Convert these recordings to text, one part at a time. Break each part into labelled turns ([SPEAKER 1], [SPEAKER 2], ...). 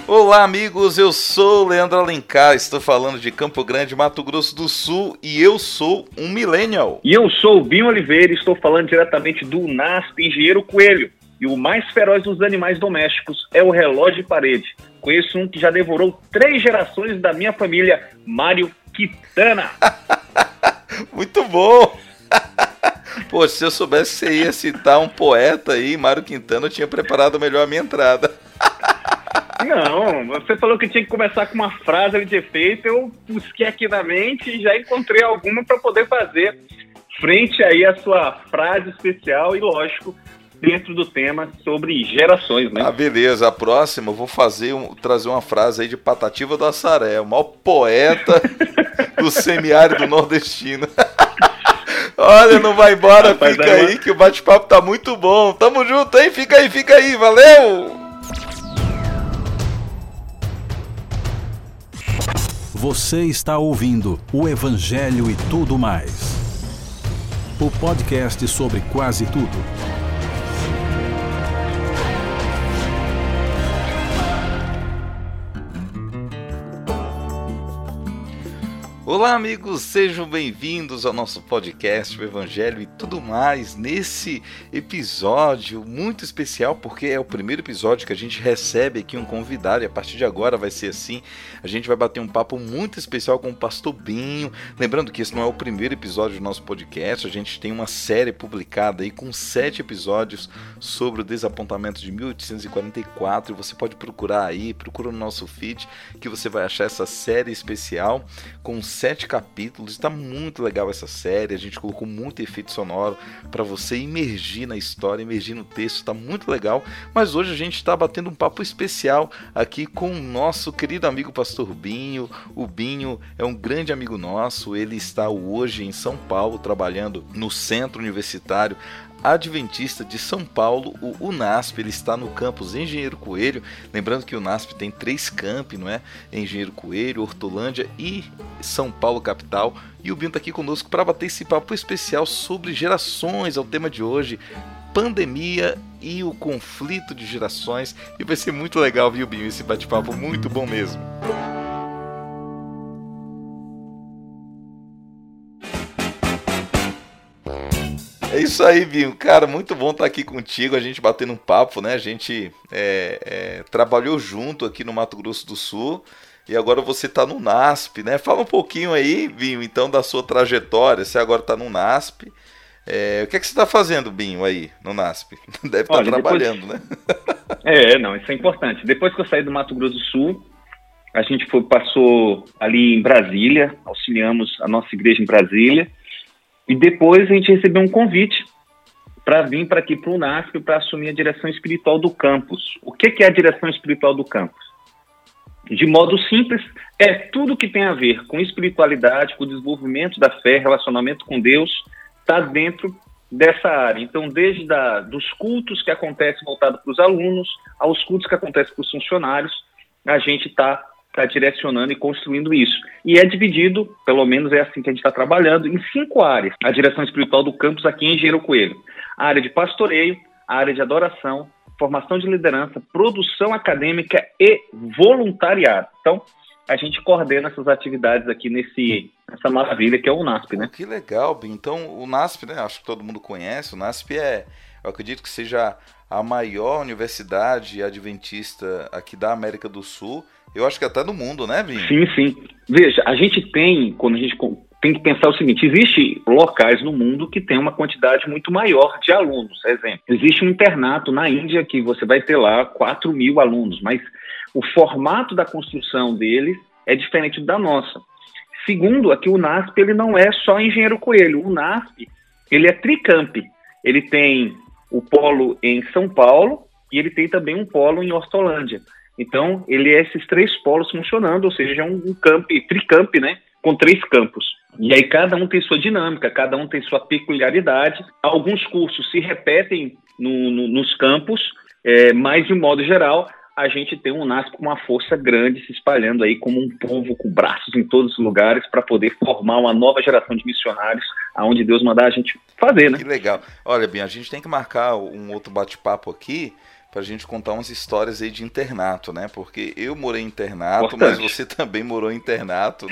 [SPEAKER 1] Olá amigos, eu sou o Leandro Alencar, estou falando de Campo Grande, Mato Grosso do Sul e eu sou um millennial.
[SPEAKER 2] E eu sou o Binho Oliveira e estou falando diretamente do UNASP Engenheiro Coelho. E o mais feroz dos animais domésticos é o relógio de parede. Conheço um que já devorou 3 gerações da minha família, Mário Quintana.
[SPEAKER 1] Muito bom! Pô, se eu soubesse que você ia citar um poeta aí, Mário Quintana, eu tinha preparado melhor a minha entrada.
[SPEAKER 2] Não, você falou que tinha que começar com uma frase de efeito, eu busquei aqui na mente e já encontrei alguma para poder fazer frente aí à sua frase especial e, lógico, dentro do tema sobre gerações, né?
[SPEAKER 1] Ah, beleza. A próxima eu vou trazer uma frase aí de Patativa do Assaré, o maior poeta do semiárido nordestino. Olha, não vai embora, rapaz, fica aí que o bate-papo tá muito bom. Tamo junto, hein? Fica aí, valeu!
[SPEAKER 3] Você está ouvindo o Evangelho e Tudo Mais. O podcast sobre quase tudo.
[SPEAKER 1] Olá amigos, sejam bem-vindos ao nosso podcast, o Evangelho e Tudo Mais, nesse episódio muito especial, porque é o primeiro episódio que a gente recebe aqui um convidado, e a partir de agora vai ser assim, a gente vai bater um papo muito especial com o Pastor Binho. Lembrando que esse não é o primeiro episódio do nosso podcast, a gente tem uma série publicada aí com 7 episódios sobre o desapontamento de 1844, e você pode procurar aí, procura no nosso feed, que você vai achar essa série especial com 7 capítulos. Está muito legal essa série, a gente colocou muito efeito sonoro para você imergir na história, imergir no texto, está muito legal. Mas hoje a gente está batendo um papo especial aqui com o nosso querido amigo Pastor Binho. O Binho é um grande amigo nosso, ele está hoje em São Paulo trabalhando no Centro Universitário Adventista de São Paulo, o UNASP. Ele está no campus Engenheiro Coelho. Lembrando que o UNASP tem 3 campi, não é? Engenheiro Coelho, Hortolândia e São Paulo capital. E o Binho está aqui conosco para bater esse papo especial sobre gerações, é o tema de hoje, pandemia e o conflito de gerações. E vai ser muito legal, viu, Binho? Esse bate-papo muito bom mesmo. É isso aí, Binho. Cara, muito bom estar aqui contigo, a gente batendo um papo, né? A gente trabalhou junto aqui no Mato Grosso do Sul e agora você está no NASP, né? Fala um pouquinho aí, Binho, então, da sua trajetória. Você agora está no NASP. O que é que você está fazendo, Binho, aí no NASP? Deve estar trabalhando, né?
[SPEAKER 2] Não, isso é importante. Depois que eu saí do Mato Grosso do Sul, a gente passou ali em Brasília, auxiliamos a nossa igreja em Brasília. E depois a gente recebeu um convite para vir para aqui para o UNASP para assumir a direção espiritual do campus. O que é a direção espiritual do campus? De modo simples, é tudo que tem a ver com espiritualidade, com o desenvolvimento da fé, relacionamento com Deus, está dentro dessa área. Então, desde dos cultos que acontecem voltados para os alunos, aos cultos que acontecem para os funcionários, a gente está direcionando e construindo isso. E é dividido, pelo menos é assim que a gente está trabalhando, em 5 áreas. A direção espiritual do campus aqui em Engenheiro Coelho. A área de pastoreio, a área de adoração, formação de liderança, produção acadêmica e voluntariado. Então, a gente coordena essas atividades aqui nessa maravilha que é o UNASP, né?
[SPEAKER 1] Que legal, Binho. Então, o UNASP, né, acho que todo mundo conhece, o UNASP eu acredito que seja a maior universidade adventista aqui da América do Sul. Eu acho que até no mundo, né, Binho?
[SPEAKER 2] Sim. Veja, quando a gente tem que pensar o seguinte, existem locais no mundo que tem uma quantidade muito maior de alunos. Exemplo, existe um internato na Índia que você vai ter lá 4.000 alunos, mas o formato da construção deles é diferente da nossa. Segundo, aqui o UNASP ele não é só Engenheiro Coelho. O UNASP ele é tricamp. Ele tem o polo em São Paulo e ele tem também um polo em Hortolândia. Então, ele é esses 3 polos funcionando, ou seja, é um tricamp, né, com 3 campos. E aí cada um tem sua dinâmica, cada um tem sua peculiaridade. Alguns cursos se repetem nos campos, mas de modo geral, a gente tem um UNASP com uma força grande se espalhando aí como um povo com braços em todos os lugares para poder formar uma nova geração de missionários aonde Deus mandar a gente fazer, né?
[SPEAKER 1] Que legal. Olha, Binho, a gente tem que marcar um outro bate-papo aqui pra gente contar umas histórias aí de internato, né? Porque eu morei em internato,
[SPEAKER 2] Importante.
[SPEAKER 1] mas você também morou em internato.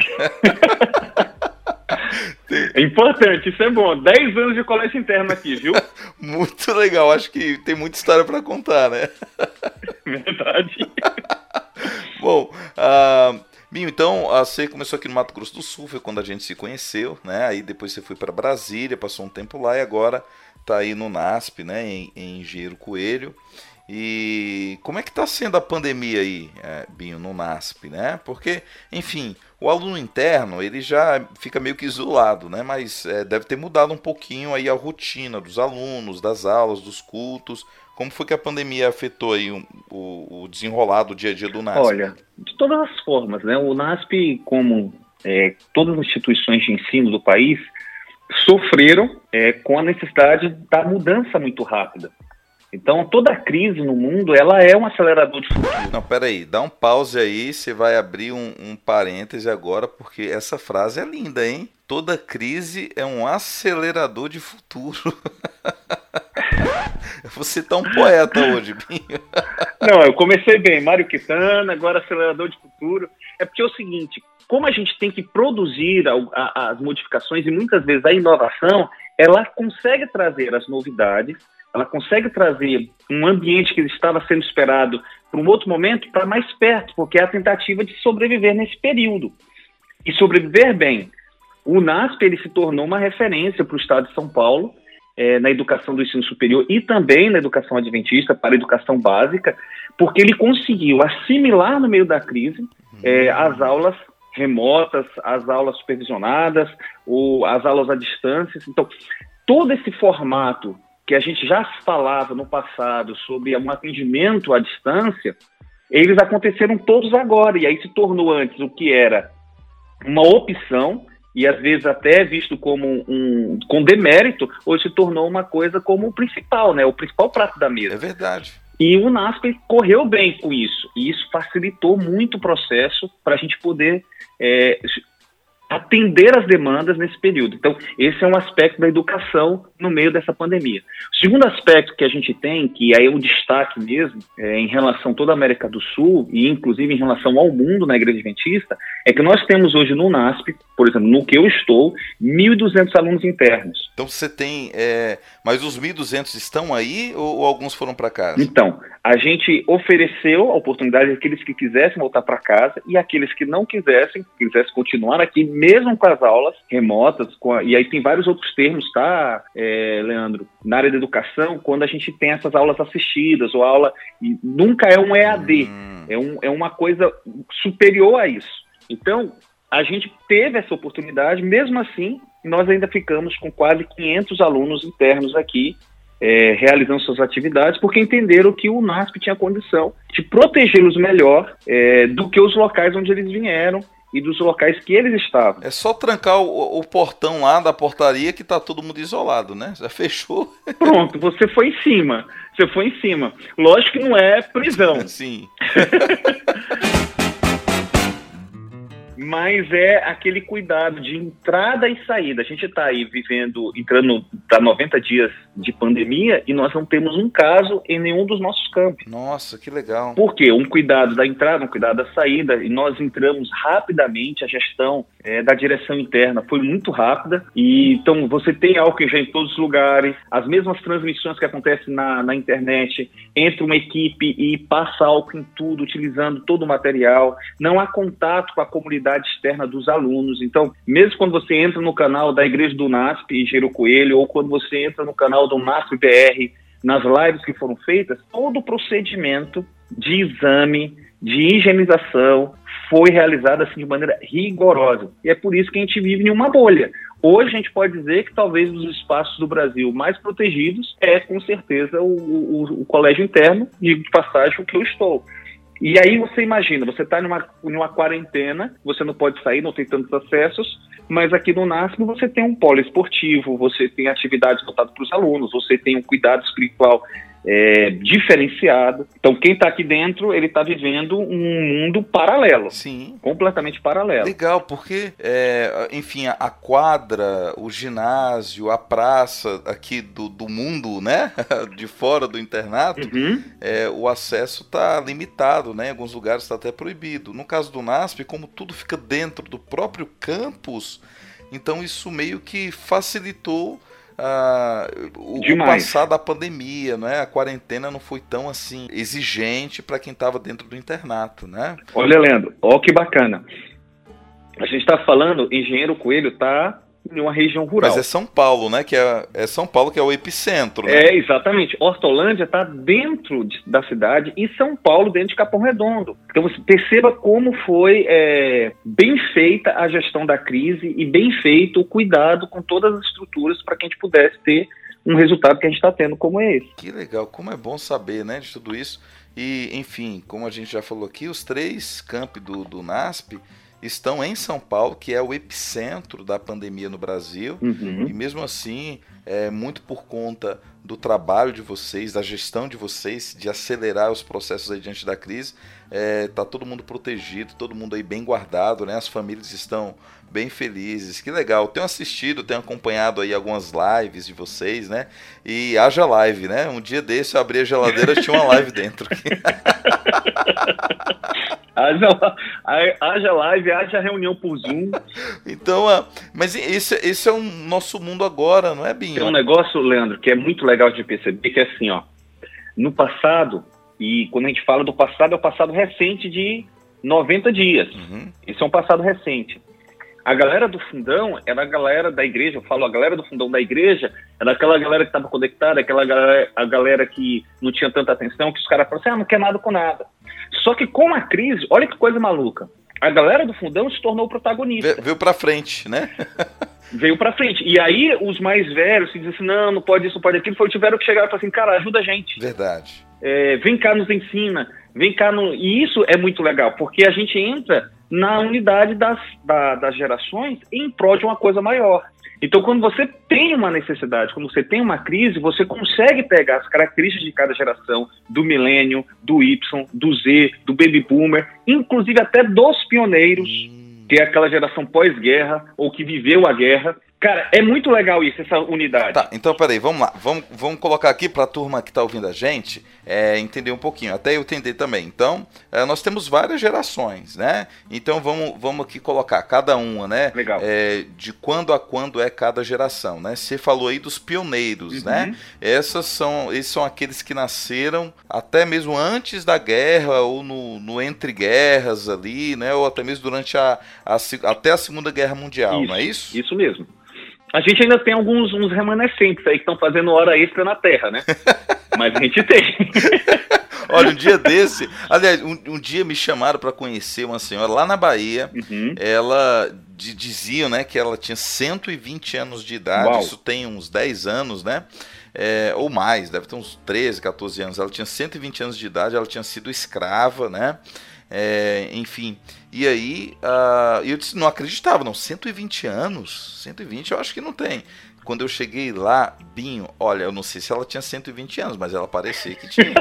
[SPEAKER 2] É importante, isso é bom. 10 anos de colégio interno aqui, viu?
[SPEAKER 1] Muito legal, acho que tem muita história para contar, né?
[SPEAKER 2] Verdade.
[SPEAKER 1] Bom, Binho, então você começou aqui no Mato Grosso do Sul, foi quando a gente se conheceu, né? Aí depois você foi para Brasília, passou um tempo lá e agora tá aí no NASP, né? Em Engenheiro Coelho. E como é que tá sendo a pandemia aí, Binho, no NASP, né? Porque, enfim, o aluno interno, ele já fica meio que isolado, né? Mas deve ter mudado um pouquinho aí a rotina dos alunos, das aulas, dos cultos. Como foi que a pandemia afetou aí o desenrolar do dia a dia do NASP?
[SPEAKER 2] Olha, de todas as formas, né? O NASP, como todas as instituições de ensino do país, sofreram com a necessidade da mudança muito rápida. Então, toda crise no mundo, ela é um acelerador de futuro.
[SPEAKER 1] Não, peraí, dá um pause aí, você vai abrir um parêntese agora, porque essa frase é linda, hein? Toda crise é um acelerador de futuro. Você tá um poeta hoje, Binho.
[SPEAKER 2] Não, eu comecei bem, Mário Quintana, agora acelerador de futuro. É porque é o seguinte, como a gente tem que produzir as modificações e muitas vezes a inovação, ela consegue trazer as novidades, ela consegue trazer um ambiente que estava sendo esperado para um outro momento para mais perto, porque é a tentativa de sobreviver nesse período. E sobreviver bem. O NASP ele se tornou uma referência para o estado de São Paulo, na educação do ensino superior e também na educação adventista, para a educação básica, porque ele conseguiu assimilar no meio da crise as aulas remotas, as aulas supervisionadas, ou as aulas à distância. Então, todo esse formato que a gente já falava no passado sobre um atendimento à distância, eles aconteceram todos agora, e aí se tornou antes o que era uma opção, e às vezes até visto como com demérito, hoje se tornou uma coisa como o principal, né? O principal prato da mesa.
[SPEAKER 1] É verdade.
[SPEAKER 2] E o NASP correu bem com isso, e isso facilitou muito o processo para a gente poder atender as demandas nesse período. Então, esse é um aspecto da educação no meio dessa pandemia. O segundo aspecto que a gente tem, que aí é o destaque mesmo, em relação a toda a América do Sul, e inclusive em relação ao mundo na Igreja Adventista, é que nós temos hoje no NASP, por exemplo, no que eu estou, 1.200 alunos internos.
[SPEAKER 1] Então você tem... mas os 1.200 estão aí ou alguns foram para casa?
[SPEAKER 2] Então, a gente ofereceu a oportunidade àqueles que quisessem voltar para casa e aqueles que não quisessem continuar aqui, mesmo com as aulas remotas, e aí tem vários outros termos, tá, Leandro? Na área da educação, quando a gente tem essas aulas assistidas, ou aula, nunca é um EAD, é uma coisa superior a isso. Então, a gente teve essa oportunidade, mesmo assim, nós ainda ficamos com quase 500 alunos internos aqui, realizando suas atividades, porque entenderam que o NASP tinha condição de protegê-los melhor do que os locais onde eles vieram e dos locais que eles estavam.
[SPEAKER 1] É só trancar o portão lá da portaria que tá todo mundo isolado, né? Já fechou.
[SPEAKER 2] Pronto, você foi em cima. Lógico que não é prisão.
[SPEAKER 1] Sim.
[SPEAKER 2] Mas é aquele cuidado de entrada e saída. A gente está aí entrando para 90 dias de pandemia e nós não temos um caso em nenhum dos nossos campos.
[SPEAKER 1] Nossa, que legal.
[SPEAKER 2] Por quê? Um cuidado da entrada, um cuidado da saída, e nós entramos rapidamente, a gestão da direção interna foi muito rápida, e então você tem álcool já em todos os lugares, as mesmas transmissões que acontecem na internet, entra uma equipe e passa álcool em tudo, utilizando todo o material, não há contato com a comunidade externa dos alunos. Então, mesmo quando você entra no canal da Igreja do NASP, Engenheiro Coelho, ou quando você entra no canal do NASP BR, nas lives que foram feitas, todo o procedimento de exame, de higienização, foi realizado assim de maneira rigorosa. E é por isso que a gente vive em uma bolha. Hoje a gente pode dizer que talvez dos espaços do Brasil mais protegidos com certeza o colégio interno, digo de passagem, o que eu estou. E aí você imagina, você está numa quarentena, você não pode sair, não tem tantos acessos, mas aqui no NASP você tem um polo esportivo, você tem atividades voltadas para os alunos, você tem um cuidado espiritual diferenciada. Então, quem está aqui dentro, ele está vivendo um mundo paralelo.
[SPEAKER 1] Sim.
[SPEAKER 2] Completamente paralelo.
[SPEAKER 1] Legal, porque, enfim, a quadra, o ginásio, a praça aqui do mundo, né? De fora do internato, o acesso está limitado, né? Em alguns lugares está até proibido. No caso do NASP, como tudo fica dentro do próprio campus, então isso meio que facilitou o passar da pandemia, né? A quarentena não foi tão assim exigente para quem estava dentro do internato, né?
[SPEAKER 2] Olha, Leandro, ó que bacana. A gente está falando, Engenheiro Coelho está em uma região rural.
[SPEAKER 1] Mas é São Paulo, né? Que é São Paulo que é o epicentro, né?
[SPEAKER 2] Exatamente. Hortolândia está dentro da cidade e São Paulo dentro de Capão Redondo. Então você perceba como foi bem feita a gestão da crise e bem feito o cuidado com todas as estruturas para que a gente pudesse ter um resultado que a gente está tendo como esse.
[SPEAKER 1] Que legal, como é bom saber, né, de tudo isso. E, enfim, como a gente já falou aqui, os 3 campi do NASP estão em São Paulo, que é o epicentro da pandemia no Brasil, e mesmo assim, muito por conta do trabalho de vocês, da gestão de vocês, de acelerar os processos aí diante da crise, tá todo mundo protegido, todo mundo aí bem guardado, né? As famílias estão bem felizes, que legal. Tenho assistido, tenho acompanhado aí algumas lives de vocês, né? E haja live, né? Um dia desse eu abri a geladeira e tinha uma live dentro.
[SPEAKER 2] Haja live, haja reunião por Zoom.
[SPEAKER 1] Então, mas esse é o nosso mundo agora, não é, Binho?
[SPEAKER 2] Tem um negócio, Leandro, que é muito legal de perceber, que é assim, ó, no passado, e quando a gente fala do passado, é o passado recente de 90 dias. Esse é um passado recente. A galera do fundão era a galera da igreja, eu falo a galera do fundão da igreja, era aquela galera que estava conectada, a galera que não tinha tanta atenção, que os caras falaram assim, não quer nada com nada. Só que com a crise, olha que coisa maluca, a galera do fundão se tornou protagonista.
[SPEAKER 1] Veio pra frente, né?
[SPEAKER 2] Veio pra frente. E aí os mais velhos se dizem assim, não pode isso, não pode aquilo, tiveram que chegar e falar assim, cara, ajuda a gente.
[SPEAKER 1] Verdade.
[SPEAKER 2] Vem cá, nos ensina, vem cá. E isso é muito legal, porque a gente entra na unidade das gerações em prol de uma coisa maior. Então, quando você tem uma necessidade, quando você tem uma crise, você consegue pegar as características de cada geração, do milênio, do Y, do Z, do baby boomer, inclusive até dos pioneiros, que é aquela geração pós-guerra, ou que viveu a guerra. Cara, é muito legal isso, essa unidade.
[SPEAKER 1] Tá, então peraí, vamos lá. Vamos colocar aqui para a turma que está ouvindo a gente entender um pouquinho, até eu entender também. Então, nós temos várias gerações, né? Então vamos aqui colocar cada uma, né?
[SPEAKER 2] Legal.
[SPEAKER 1] De quando a quando é cada geração, né? Você falou aí dos pioneiros, né? Esses são aqueles que nasceram até mesmo antes da guerra ou no entre guerras ali, né? Ou até mesmo durante até a Segunda Guerra Mundial, não é isso?
[SPEAKER 2] Isso mesmo. A gente ainda tem uns remanescentes aí que estão fazendo hora extra na Terra, né? Mas a gente tem.
[SPEAKER 1] Olha, um dia desse... Aliás, um dia me chamaram para conhecer uma senhora lá na Bahia. Ela diziam, né, que ela tinha 120 anos de idade. Uau. Isso tem uns 10 anos, né? Ou mais, deve ter uns 13, 14 anos. Ela tinha 120 anos de idade, ela tinha sido escrava, né? Enfim, e aí eu disse, não acreditava, não, 120 anos, 120 eu acho que não tem. Quando eu cheguei lá, Binho, olha, eu não sei se ela tinha 120 anos, mas ela parecia que tinha.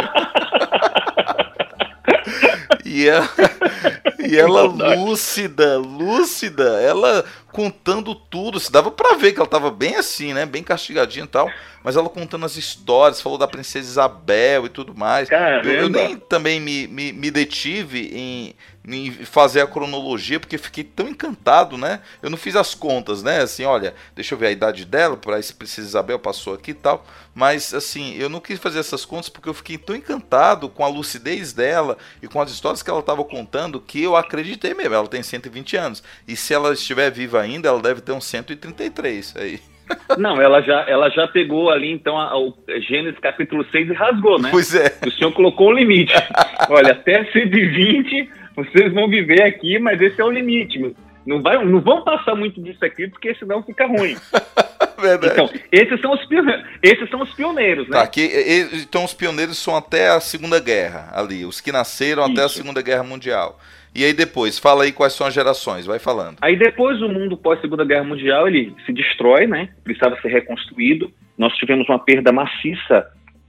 [SPEAKER 1] E ela lúcida, ela contando tudo, se dava pra ver que ela tava bem assim, né, bem castigadinha e tal, mas ela contando as histórias, falou da princesa Isabel e tudo mais. Eu nem também me detive em fazer a cronologia, porque fiquei tão encantado, né, eu não fiz as contas, né, assim, olha, deixa eu ver a idade dela, para esse princesa Isabel passou aqui e tal, mas assim, eu não quis fazer essas contas porque eu fiquei tão encantado com a lucidez dela e com as histórias que ela estava contando, que eu acreditei mesmo, ela tem 120 anos, e se ela estiver viva ainda, ela deve ter uns 133 aí.
[SPEAKER 2] Não, ela já pegou ali, então, o Gênesis capítulo 6 e rasgou, né?
[SPEAKER 1] Pois é.
[SPEAKER 2] O Senhor colocou o limite. Olha, até 120 vocês vão viver aqui, mas esse é o limite. Não vão passar muito disso aqui, porque senão fica ruim.
[SPEAKER 1] Verdade.
[SPEAKER 2] Então, esses são os pioneiros, né?
[SPEAKER 1] Tá, então os pioneiros são até a Segunda Guerra, ali, os que nasceram até a Segunda Guerra Mundial. E aí depois, fala aí quais são as gerações, vai falando.
[SPEAKER 2] Aí depois o mundo pós-Segunda Guerra Mundial, ele se destrói, né? Precisava ser reconstruído. Nós tivemos uma perda maciça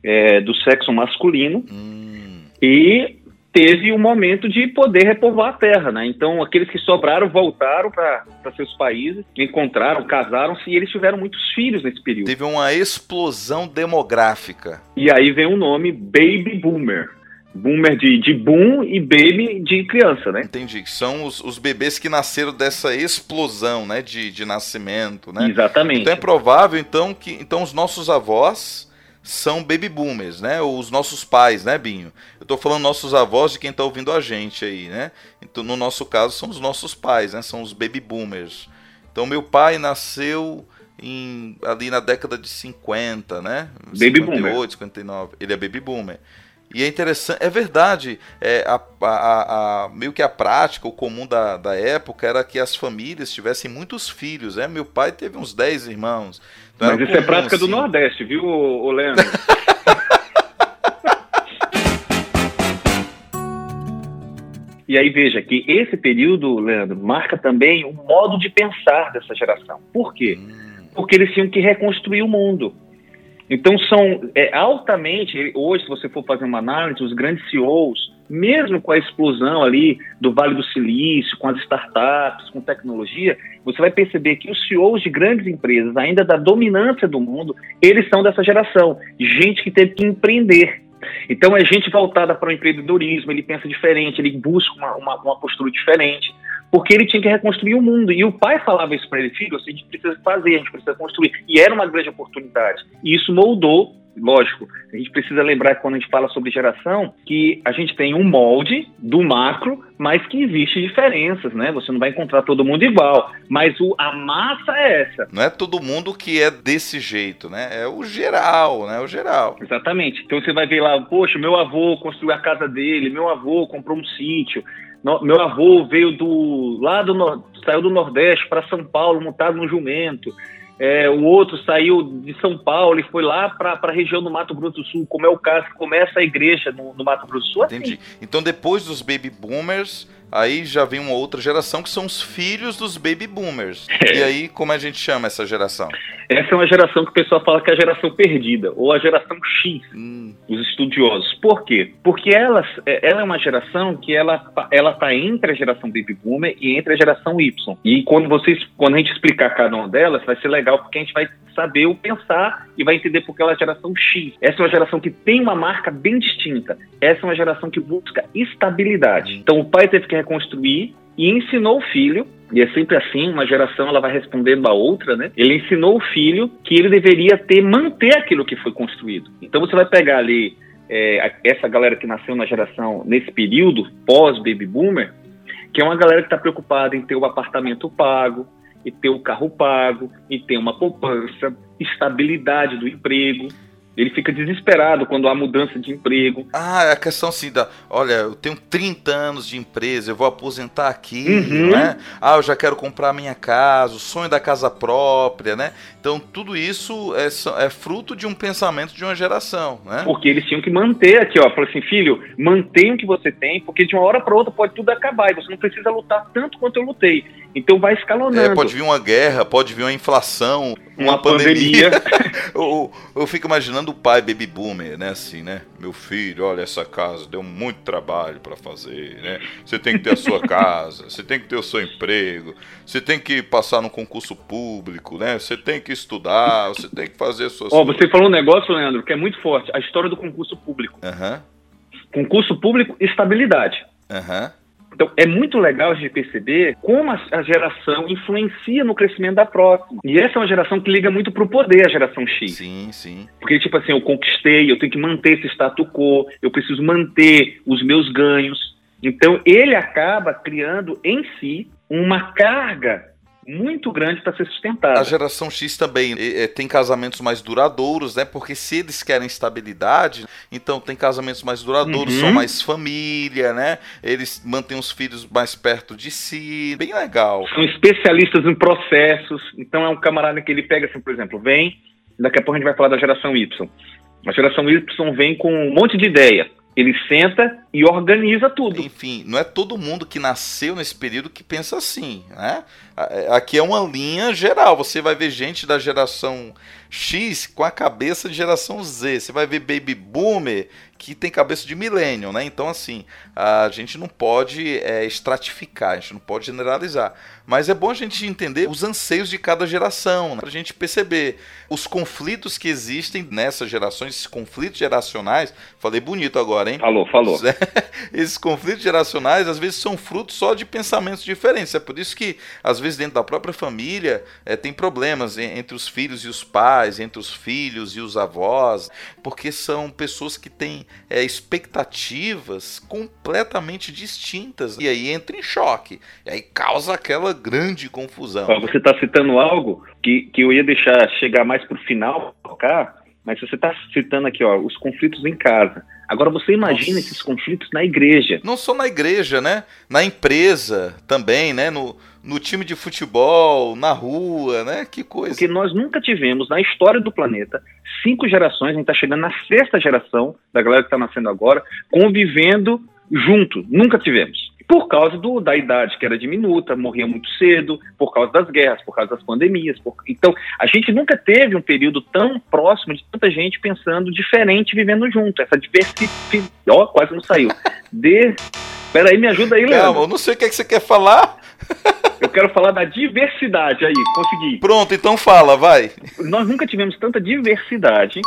[SPEAKER 2] do sexo masculino e teve um momento de poder repovoar a Terra, né? Então, aqueles que sobraram voltaram para seus países, encontraram, casaram-se e eles tiveram muitos filhos nesse período.
[SPEAKER 1] Teve uma explosão demográfica.
[SPEAKER 2] E aí vem o nome Baby Boomer. Boomer de boom e baby de criança, né?
[SPEAKER 1] Entendi, que são os bebês que nasceram dessa explosão, né, de nascimento, né?
[SPEAKER 2] Exatamente.
[SPEAKER 1] Então é provável, então, que os nossos avós são baby boomers, né? Ou os nossos pais, né, Binho? Eu tô falando nossos avós de quem tá ouvindo a gente aí, né? Então, no nosso caso, são os nossos pais, né? São os baby boomers. Então, meu pai nasceu ali na década de 50, né?
[SPEAKER 2] Baby
[SPEAKER 1] 58,
[SPEAKER 2] boomer.
[SPEAKER 1] 59. Ele é baby boomer. E é interessante, é verdade, meio que a prática, o comum da época era que as famílias tivessem muitos filhos, né? Meu pai teve uns 10 irmãos. Então
[SPEAKER 2] mas isso comum, é prática assim do Nordeste, viu, Leandro? E aí veja que esse período, Leandro, marca também o modo de pensar dessa geração. Por quê? Porque eles tinham que reconstruir o mundo. Então são altamente, hoje se você for fazer uma análise, os grandes CEOs, mesmo com a explosão ali do Vale do Silício, com as startups, com tecnologia, você vai perceber que os CEOs de grandes empresas, ainda da dominância do mundo, eles são dessa geração, gente que teve que empreender. Então é gente voltada para o empreendedorismo, ele pensa diferente, ele busca uma postura diferente, porque ele tinha que reconstruir o mundo. E o pai falava isso para ele: filho, a gente precisa fazer, a gente precisa construir. E era uma grande oportunidade. E isso moldou, lógico, a gente precisa lembrar que quando a gente fala sobre geração, que a gente tem um molde do macro, mas que existe diferenças, né? Você não vai encontrar todo mundo igual, mas a massa é essa.
[SPEAKER 1] Não é todo mundo que é desse jeito, né? É o geral, né? O geral.
[SPEAKER 2] Exatamente. Então você vai ver lá, poxa, meu avô construiu a casa dele, meu avô comprou um sítio, meu avô veio saiu do Nordeste para São Paulo montado no jumento. O outro saiu de São Paulo e foi lá para a região do Mato Grosso do Sul, como é o caso que começa a igreja no Mato Grosso do Sul.
[SPEAKER 1] Entendi. Assim. Então, depois dos baby boomers, aí já vem uma outra geração que são os filhos dos baby boomers. E aí, como a gente chama essa geração?
[SPEAKER 2] Essa é uma geração que o pessoal fala que é a geração perdida, ou a geração X, os estudiosos. Por quê? Porque ela é uma geração que ela tá entre a geração baby boomer e entre a geração Y. E quando a gente explicar cada uma delas, vai ser legal, porque a gente vai saber o pensar e vai entender porque ela é a geração X. Essa é uma geração que tem uma marca bem distinta. Essa é uma geração que busca estabilidade. Então o pai teve que reconstruir e ensinou o filho, e é sempre assim, uma geração ela vai respondendo a outra, né? Ele ensinou o filho que ele deveria manter aquilo que foi construído. Então você vai pegar ali essa galera que nasceu na geração, nesse período, pós-baby boomer, que é uma galera que está preocupada em ter o apartamento pago, e ter o carro pago, e ter uma poupança, estabilidade do emprego. Ele fica desesperado quando há mudança de emprego.
[SPEAKER 1] É a questão assim olha, eu tenho 30 anos de empresa, eu vou aposentar aqui, né? Eu já quero comprar minha casa, o sonho da casa própria, né? Então tudo isso é fruto de um pensamento de uma geração, né?
[SPEAKER 2] Porque eles tinham que manter aqui, falou assim, filho, mantenha o que você tem, porque de uma hora para outra pode tudo acabar, e você não precisa lutar tanto quanto eu lutei. Então vai escalonando.
[SPEAKER 1] Pode vir uma guerra, pode vir uma inflação,
[SPEAKER 2] uma pandemia.
[SPEAKER 1] Eu fico imaginando o pai baby boomer, né, assim, né? Meu filho, olha, essa casa deu muito trabalho para fazer, né? Você tem que ter a sua casa, você tem que ter o seu emprego, você tem que passar no concurso público, né? Você tem que estudar, você tem que fazer suas coisas.
[SPEAKER 2] Você falou um negócio, Leandro, que é muito forte, a história do concurso público. Concurso público, estabilidade. Então, é muito legal a gente perceber como a geração influencia no crescimento da próxima. E essa é uma geração que liga muito pro poder, a geração X.
[SPEAKER 1] Sim, sim.
[SPEAKER 2] Porque, tipo assim, eu conquistei, eu tenho que manter esse status quo, eu preciso manter os meus ganhos. Então, ele acaba criando em si uma carga muito grande para ser sustentada.
[SPEAKER 1] A geração X também tem casamentos mais duradouros, né? Porque se eles querem estabilidade, então tem casamentos mais duradouros, são mais família, né? Eles mantêm os filhos mais perto de si, bem legal.
[SPEAKER 2] São especialistas em processos, então é um camarada que ele pega assim, por exemplo, daqui a pouco a gente vai falar da geração Y. A geração Y vem com um monte de ideia. Ele senta e organiza tudo.
[SPEAKER 1] Enfim, não é todo mundo que nasceu nesse período que pensa assim, né? Aqui é uma linha geral. Você vai ver gente da geração X com a cabeça de geração Z. Você vai ver baby boomer que tem cabeça de millennial, né? Então, assim, a gente não pode estratificar, a gente não pode generalizar. Mas é bom a gente entender os anseios de cada geração, né? Pra gente perceber os conflitos que existem nessas gerações, esses conflitos geracionais. Falei bonito agora, hein?
[SPEAKER 2] Falou.
[SPEAKER 1] Esses conflitos geracionais, às vezes, são frutos só de pensamentos diferentes. É por isso que, às vezes, dentro da própria família, tem problemas entre os filhos e os pais, entre os filhos e os avós, porque são pessoas que têm expectativas completamente distintas. E aí entra em choque. E aí causa aquela grande confusão.
[SPEAKER 2] Você está citando algo que eu ia deixar chegar mais para o final, mas você está citando aqui, os conflitos em casa. Agora você imagina esses conflitos na igreja.
[SPEAKER 1] Não só na igreja, né? Na empresa também, né? No time de futebol, na rua, né? Que coisa.
[SPEAKER 2] Porque nós nunca tivemos, na história do planeta, 5 gerações, a gente está chegando na 6ª geração da galera que está nascendo agora, convivendo junto. Nunca tivemos. Por causa da idade que era diminuta, morria muito cedo, por causa das guerras, por causa das pandemias. Então, a gente nunca teve um período tão próximo de tanta gente pensando diferente, vivendo junto. Essa diversidade... quase não saiu. Peraí, me ajuda aí, Leandro.
[SPEAKER 1] Calma, eu não sei o que você quer falar.
[SPEAKER 2] Eu quero falar da diversidade aí, consegui.
[SPEAKER 1] Pronto, então fala, vai.
[SPEAKER 2] Nós nunca tivemos tanta diversidade.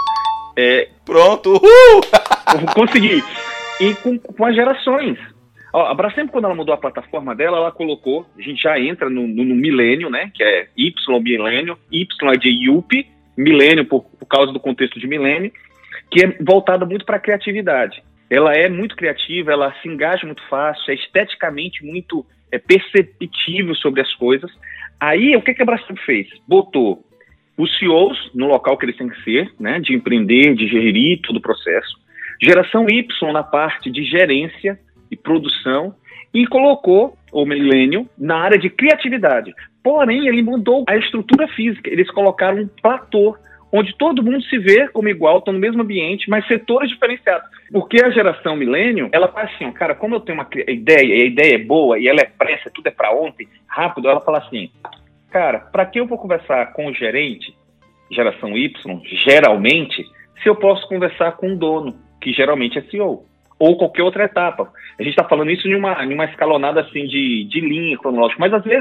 [SPEAKER 1] Pronto, uhul!
[SPEAKER 2] Consegui. E com as gerações. A Brastemp, quando ela mudou a plataforma dela, ela colocou, a gente já entra no milênio, né, que é Y milênio, Y é de Yuppie, milênio por causa do contexto de milênio, que é voltada muito para a criatividade. Ela é muito criativa, ela se engaja muito fácil, é esteticamente muito perceptível sobre as coisas. Aí, o que a Brastemp fez? Botou os CEOs no local que eles têm que ser, né, de empreender, de gerir todo o processo, geração Y na parte de gerência e produção, e colocou o milênio na área de criatividade. Porém, ele mudou a estrutura física. Eles colocaram um platô, onde todo mundo se vê como igual, estão no mesmo ambiente, mas setores diferenciados. Porque a geração milênio, ela faz assim, cara, como eu tenho uma ideia, e a ideia é boa, e ela é pressa, tudo é para ontem, rápido, ela fala assim, cara, para que eu vou conversar com o gerente, geração Y, geralmente, se eu posso conversar com o dono, que geralmente é CEO, ou qualquer outra etapa. A gente está falando isso em uma escalonada assim de linha cronológica, mas às vezes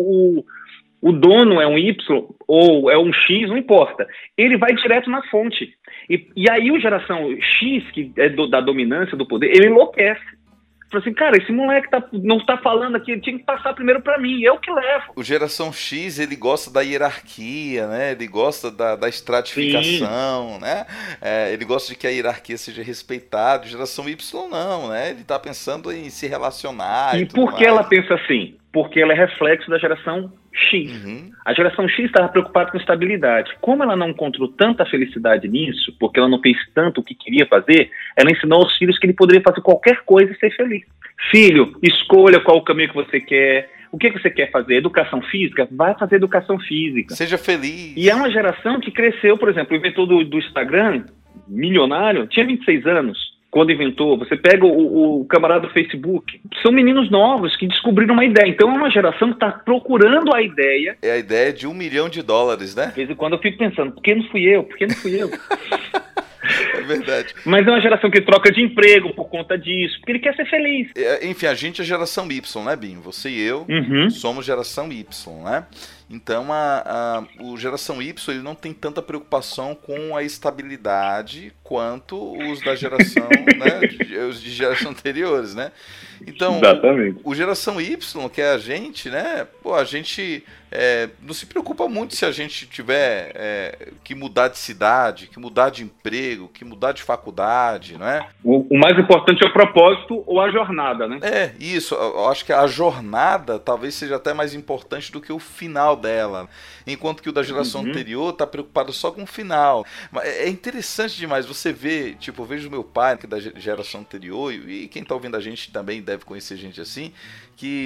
[SPEAKER 2] o dono é um Y ou é um X, não importa. Ele vai direto na fonte. E aí o geração X, que é da dominância do poder, ele enlouquece. Fala assim, cara, esse moleque não está falando aqui, ele tinha que passar primeiro para mim, eu que levo.
[SPEAKER 1] O geração X, ele gosta da hierarquia, né? Ele gosta da estratificação, né? Ele gosta de que a hierarquia seja respeitada. Geração Y não, né? Ele está pensando em se relacionar.
[SPEAKER 2] E por que ela pensa assim? Porque ela é reflexo da geração X. Uhum. A geração X estava preocupada com estabilidade. Como ela não encontrou tanta felicidade nisso, porque ela não fez tanto o que queria fazer, ela ensinou aos filhos que ele poderia fazer qualquer coisa e ser feliz. Filho, escolha qual o caminho que você quer. O que você quer fazer? Educação física? Vai fazer educação física.
[SPEAKER 1] Seja feliz.
[SPEAKER 2] E é uma geração que cresceu, por exemplo, o inventor do Instagram, milionário, tinha 26 anos. Quando inventou, você pega o camarada do Facebook, são meninos novos que descobriram uma ideia. Então é uma geração que está procurando a ideia.
[SPEAKER 1] É a ideia de $1 milhão, né?
[SPEAKER 2] De vez em quando eu fico pensando, por que não fui eu? Por que não fui eu?
[SPEAKER 1] É verdade.
[SPEAKER 2] Mas é uma geração que troca de emprego por conta disso, porque ele quer ser feliz.
[SPEAKER 1] Enfim, a gente é geração Y, né, Binho? Você e eu somos geração Y, né? Então, o geração Y ele não tem tanta preocupação com a estabilidade quanto os da geração, né, os de geração anteriores, né? Então,
[SPEAKER 2] exatamente.
[SPEAKER 1] O geração Y, que é a gente, né? Pô, a gente não se preocupa muito se a gente tiver que mudar de cidade, que mudar de emprego, que mudar de faculdade, não é?
[SPEAKER 2] O mais importante é o propósito ou a jornada, né?
[SPEAKER 1] Isso. Eu acho que a jornada talvez seja até mais importante do que o final dela. Enquanto que o da geração anterior está preocupado só com o final. Mas é interessante demais você ver, tipo, eu vejo meu pai, que é da geração anterior, e quem está ouvindo a gente também deve conhecer gente assim, que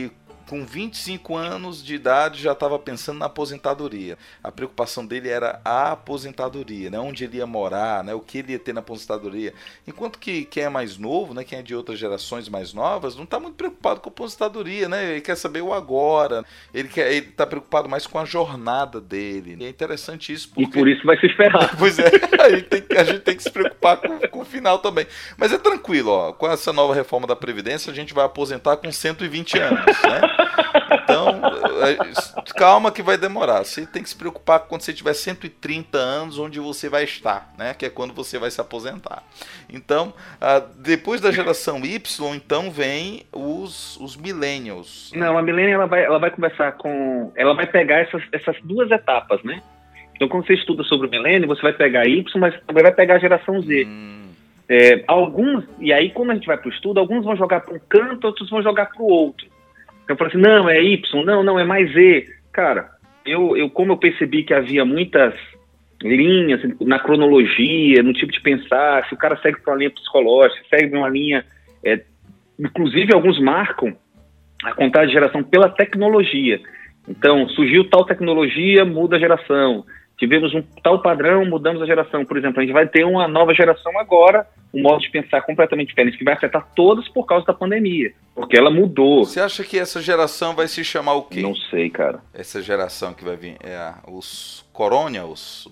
[SPEAKER 1] com 25 anos de idade já estava pensando na aposentadoria. A preocupação dele era a aposentadoria, né? Onde ele ia morar, né? O que ele ia ter na aposentadoria. Enquanto que quem é mais novo, né? Quem é de outras gerações mais novas, não está muito preocupado com a aposentadoria, né? Ele quer saber o agora, ele está preocupado mais com a jornada dele. E é interessante isso.
[SPEAKER 2] Porque... E por isso vai se ferrar.
[SPEAKER 1] Pois é, a gente tem que se preocupar com o final também. Mas é tranquilo, ó, com essa nova reforma da Previdência, a gente vai aposentar com 120 anos, né? Então, calma que vai demorar. Você tem que se preocupar quando você tiver 130 anos, onde você vai estar, né? Que é quando você vai se aposentar. Então, depois da geração Y, então vem os millennials.
[SPEAKER 2] Não, a millennial ela vai conversar com... Ela vai pegar essas duas etapas, né? Então, quando você estuda sobre o millennial, você vai pegar Y, mas também vai pegar a geração Z. Alguns, e aí quando a gente vai para o estudo, alguns vão jogar para um canto, outros vão jogar para o outro. Então eu falo assim, não, é Y, não, é mais Z. Cara, como eu percebi que havia muitas linhas na cronologia, no tipo de pensar, se o cara segue para uma linha psicológica, segue uma linha... inclusive, alguns marcam a contagem de geração pela tecnologia. Então, surgiu tal tecnologia, muda a geração. Tivemos um tal padrão, mudamos a geração. Por exemplo, a gente vai ter uma nova geração agora, um modo de pensar completamente diferente, que vai afetar todas por causa da pandemia, porque ela mudou.
[SPEAKER 1] Você acha que essa geração vai se chamar o quê?
[SPEAKER 2] Não sei, cara.
[SPEAKER 1] Essa geração que vai vir, os Corona, os...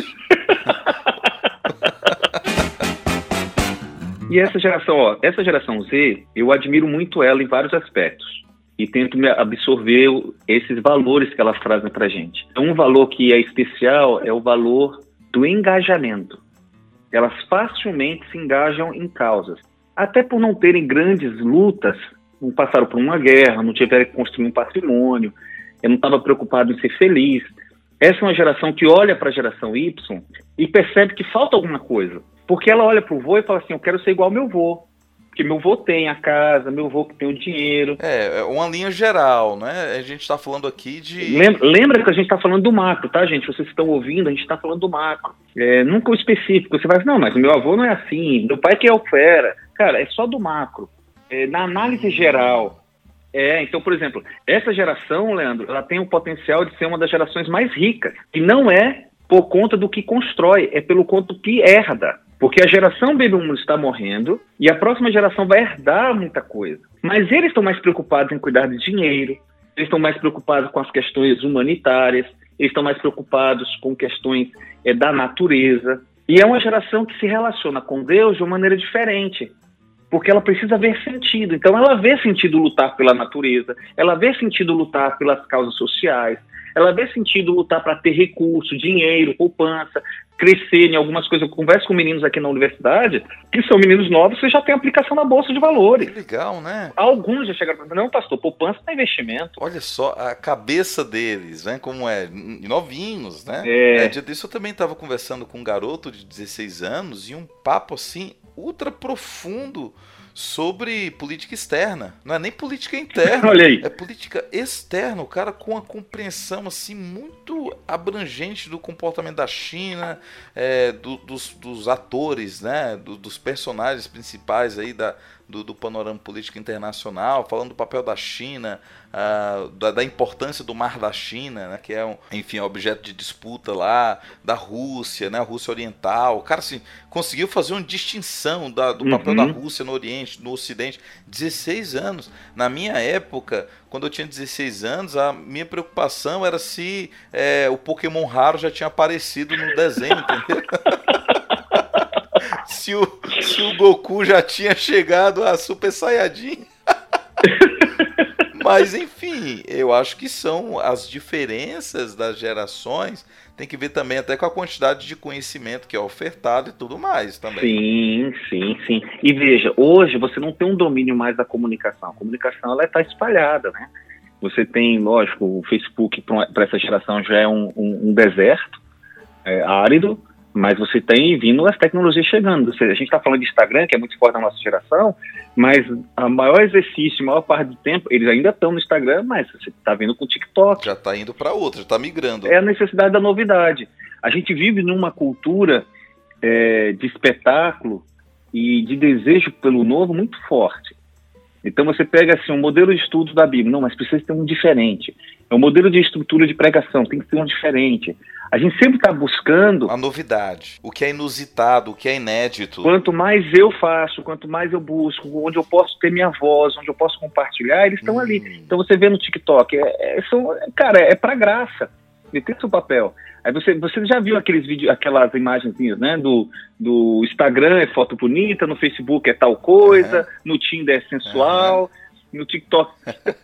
[SPEAKER 2] E essa geração Z, eu admiro muito ela em vários aspectos. E tento absorver esses valores que elas trazem pra gente. Então, um valor que é especial é o valor do engajamento. Elas facilmente se engajam em causas. Até por não terem grandes lutas, não passaram por uma guerra, não tiveram que construir um patrimônio, eu não estava preocupado em ser feliz. Essa é uma geração que olha para a geração Y e percebe que falta alguma coisa. Porque ela olha para o vô e fala assim, eu quero ser igual ao meu vô. Porque meu vô tem a casa, meu vô que tem o dinheiro.
[SPEAKER 1] É uma linha geral, né? A gente está falando aqui de...
[SPEAKER 2] Lembra que a gente está falando do macro, tá, gente? Vocês estão ouvindo, a gente está falando do macro. Nunca o específico. Você vai dizer, não, mas o meu avô não é assim, meu pai que é o fera. Cara, é só do macro. Na análise geral. Então, por exemplo, essa geração, Leandro, ela tem o potencial de ser uma das gerações mais ricas. E não é por conta do que constrói, é pelo conta do que herda. Porque a geração Baby Boom está morrendo e a próxima geração vai herdar muita coisa. Mas eles estão mais preocupados em cuidar de dinheiro, eles estão mais preocupados com as questões humanitárias, eles estão mais preocupados com questões da natureza. E é uma geração que se relaciona com Deus de uma maneira diferente, porque ela precisa ver sentido. Então ela vê sentido lutar pela natureza, ela vê sentido lutar pelas causas sociais, ela vê sentido lutar para ter recurso, dinheiro, poupança, crescer em algumas coisas. Eu converso com meninos aqui na universidade, que são meninos novos, que já tem aplicação na Bolsa de Valores.
[SPEAKER 1] Que legal, né?
[SPEAKER 2] Alguns já chegaram para mim, não, pastor, poupança não é investimento.
[SPEAKER 1] Olha só a cabeça deles, né? Como novinhos, né? Dia disso eu também estava conversando com um garoto de 16 anos e um papo assim, ultra profundo sobre política externa. Não é nem política interna.
[SPEAKER 2] Olha aí.
[SPEAKER 1] É política externa. O cara com uma compreensão assim muito abrangente do comportamento da China, dos atores, né? Dos personagens principais aí do panorama político internacional, falando do papel da China, da importância do Mar da China, né, que é objeto de disputa lá, da Rússia, né, a Rússia Oriental. O cara assim, conseguiu fazer uma distinção do papel da Rússia no Oriente, no Ocidente. 16 anos. Na minha época, quando eu tinha 16 anos, a minha preocupação era se o Pokémon raro já tinha aparecido no desenho, entendeu? Se o Goku já tinha chegado a Super Saiyajin. Mas, enfim, eu acho que são as diferenças das gerações. Tem que ver também até com a quantidade de conhecimento que é ofertado e tudo mais também.
[SPEAKER 2] Sim. E veja, hoje você não tem um domínio mais da comunicação. A comunicação ela está espalhada, né? Você tem, lógico, o Facebook para essa geração já é um deserto árido. Mas você tem vindo as tecnologias chegando. A gente está falando de Instagram, que é muito forte na nossa geração, mas a maior exercício, a maior parte do tempo, eles ainda estão no Instagram, mas você está vindo com o TikTok.
[SPEAKER 1] Já está indo para outra, já está migrando.
[SPEAKER 2] É a necessidade da novidade. A gente vive numa cultura de espetáculo e de desejo pelo novo muito forte. Então você pega assim, um modelo de estudo da Bíblia, não, mas precisa ter um diferente. É um modelo de estrutura de pregação, tem que ter um diferente. A gente sempre está buscando
[SPEAKER 1] a novidade, o que é inusitado, o que é inédito.
[SPEAKER 2] Quanto mais eu faço, quanto mais eu busco, onde eu posso ter minha voz, onde eu posso compartilhar, eles estão ali. Então você vê no TikTok, cara, é pra graça, ele tem seu papel. Aí você já viu aqueles vídeos, aquelas imagenzinhas, né, do Instagram é foto bonita, no Facebook é tal coisa, no Tinder é sensual, no TikTok.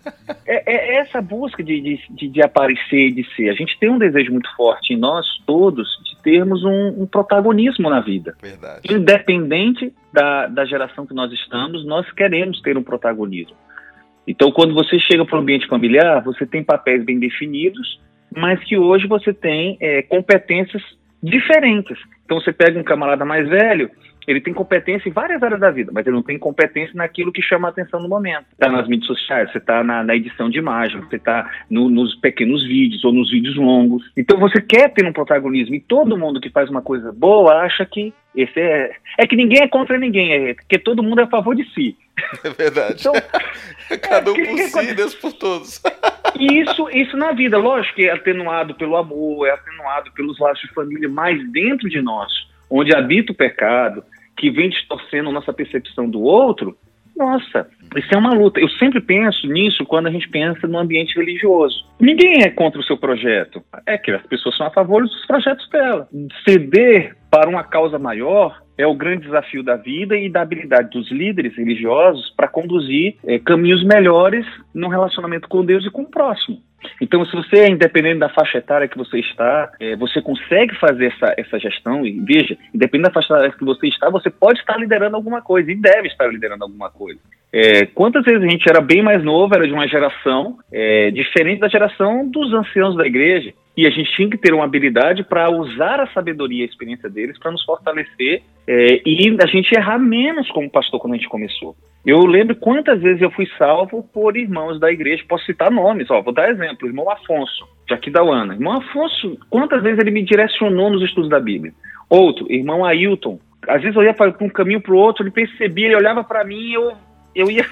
[SPEAKER 2] É essa busca de aparecer, de ser. A gente tem um desejo muito forte em nós todos de termos um protagonismo na vida.
[SPEAKER 1] Verdade.
[SPEAKER 2] Independente da geração que nós estamos, nós queremos ter um protagonismo. Então, quando você chega para o ambiente familiar, você tem papéis bem definidos, mas que hoje você tem competências diferentes. Então, você pega um camarada mais velho, ele tem competência em várias áreas da vida, mas ele não tem competência naquilo que chama a atenção no momento. Está nas mídias sociais, você está na edição de imagem, você está nos pequenos vídeos ou nos vídeos longos. Então você quer ter um protagonismo e todo mundo que faz uma coisa boa acha que esse é que ninguém é contra ninguém, que todo mundo é a favor de si.
[SPEAKER 1] É verdade.
[SPEAKER 2] Então,
[SPEAKER 1] cada um por si, Deus por todos.
[SPEAKER 2] Isso na vida, lógico que é atenuado pelo amor, é atenuado pelos laços de família, mas dentro de nós, onde habita o pecado, que vem distorcendo a nossa percepção do outro, nossa, isso é uma luta. Eu sempre penso nisso quando a gente pensa no ambiente religioso. Ninguém é contra o seu projeto. É que as pessoas são a favor dos projetos dela. Ceder para uma causa maior é o grande desafio da vida e da habilidade dos líderes religiosos para conduzir caminhos melhores no relacionamento com Deus e com o próximo. Então, se você é independente da faixa etária que você está, você consegue fazer essa gestão, e veja, independente da faixa etária que você está, você pode estar liderando alguma coisa, e deve estar liderando alguma coisa. Quantas vezes a gente era bem mais novo, era de uma geração diferente da geração dos anciãos da igreja, e a gente tinha que ter uma habilidade para usar a sabedoria e a experiência deles para nos fortalecer e a gente errar menos como pastor quando a gente começou. Eu lembro quantas vezes eu fui salvo por irmãos da igreja, posso citar nomes, vou dar exemplo, irmão Afonso, de Aquidauana. Irmão Afonso, quantas vezes ele me direcionou nos estudos da Bíblia? Outro, irmão Ailton, às vezes eu ia para um caminho para o outro, ele percebia, ele olhava para mim e eu ia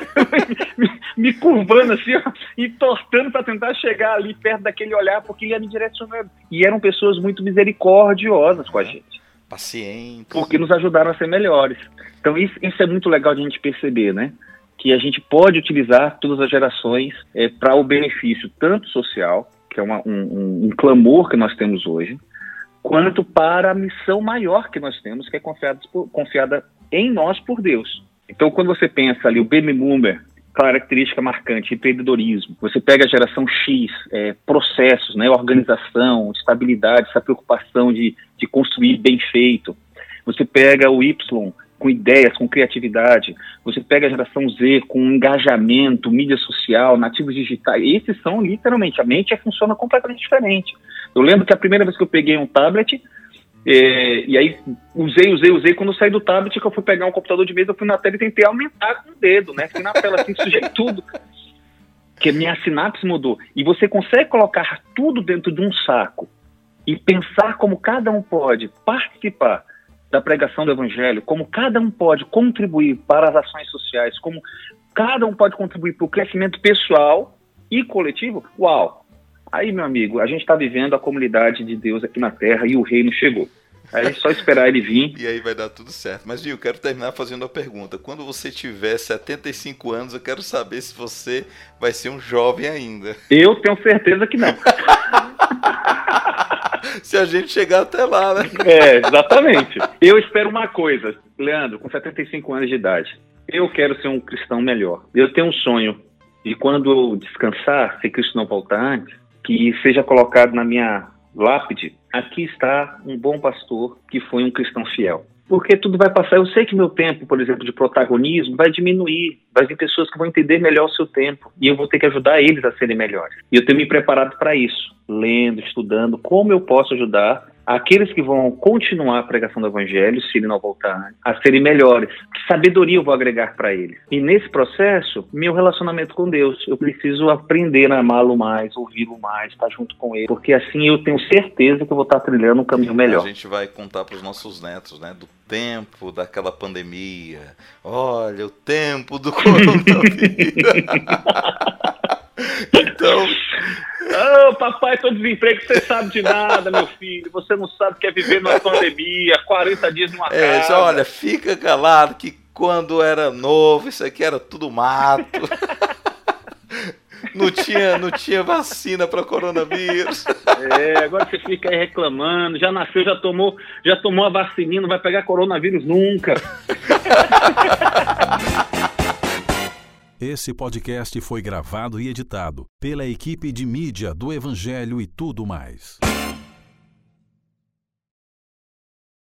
[SPEAKER 2] me curvando assim, e tortando para tentar chegar ali perto daquele olhar, porque ele ia me direcionando. E eram pessoas muito misericordiosas com a gente.
[SPEAKER 1] Pacientes.
[SPEAKER 2] Porque nos ajudaram a ser melhores. Então isso é muito legal de a gente perceber, né? Que a gente pode utilizar todas as gerações para o benefício tanto social, que é um clamor que nós temos hoje, quanto para a missão maior que nós temos, que é confiada em nós por Deus. Então, quando você pensa ali, o baby boomer, característica marcante, empreendedorismo, você pega a geração X, processos, né, organização, estabilidade, essa preocupação de construir bem feito. Você pega o Y, com ideias, com criatividade. Você pega a geração Z, com engajamento, mídia social, nativos digitais. Esses são, literalmente, a mente funciona completamente diferente. Eu lembro que a primeira vez que eu peguei um tablet, e aí usei, quando eu saí do tablet, que eu fui pegar um computador de mesa, eu fui na tela e tentei aumentar com o dedo, né? Fui na tela assim, sujei tudo. Que a minha sinapse mudou. E você consegue colocar tudo dentro de um saco e pensar como cada um pode participar da pregação do Evangelho, como cada um pode contribuir para as ações sociais, como cada um pode contribuir para o crescimento pessoal e coletivo. Uau! Aí, meu amigo, a gente está vivendo a comunidade de Deus aqui na Terra e o reino chegou. Aí é só esperar ele vir.
[SPEAKER 1] E aí vai dar tudo certo. Mas, Gil, eu quero terminar fazendo a pergunta. Quando você tiver 75 anos, eu quero saber se você vai ser um jovem ainda.
[SPEAKER 2] Eu tenho certeza que não.
[SPEAKER 1] Se a gente chegar até lá, né?
[SPEAKER 2] Exatamente. Eu espero uma coisa, Leandro, com 75 anos de idade. Eu quero ser um cristão melhor. Eu tenho um sonho. E quando eu descansar, se Cristo não voltar antes, que seja colocado na minha lápide, aqui está um bom pastor que foi um cristão fiel. Porque tudo vai passar. Eu sei que meu tempo, por exemplo, de protagonismo vai diminuir. Vai vir pessoas que vão entender melhor o seu tempo. E eu vou ter que ajudar eles a serem melhores. E eu tenho me preparado para isso. lendo, estudando, como eu posso ajudar aqueles que vão continuar a pregação do Evangelho, se ele não voltar, a serem melhores. Que sabedoria eu vou agregar para eles? E nesse processo, meu relacionamento com Deus, eu preciso aprender a amá-lo mais, ouvi-lo mais, estar junto com ele, porque assim eu tenho certeza que eu vou estar trilhando um caminho melhor.
[SPEAKER 1] A gente vai contar para os nossos netos, né, do tempo daquela pandemia. Olha, o tempo do coronavírus. Então...
[SPEAKER 2] papai, tô desempregado, você sabe de nada, meu filho. Você não sabe o que é viver numa pandemia, 40 dias numa casa.
[SPEAKER 1] Olha, fica calado que quando era novo, isso aqui era tudo mato. Não tinha vacina para coronavírus.
[SPEAKER 2] Agora você fica aí reclamando, já nasceu, já tomou a vacininha, não vai pegar coronavírus nunca.
[SPEAKER 3] Esse podcast foi gravado e editado pela equipe de mídia do Evangelho e Tudo Mais.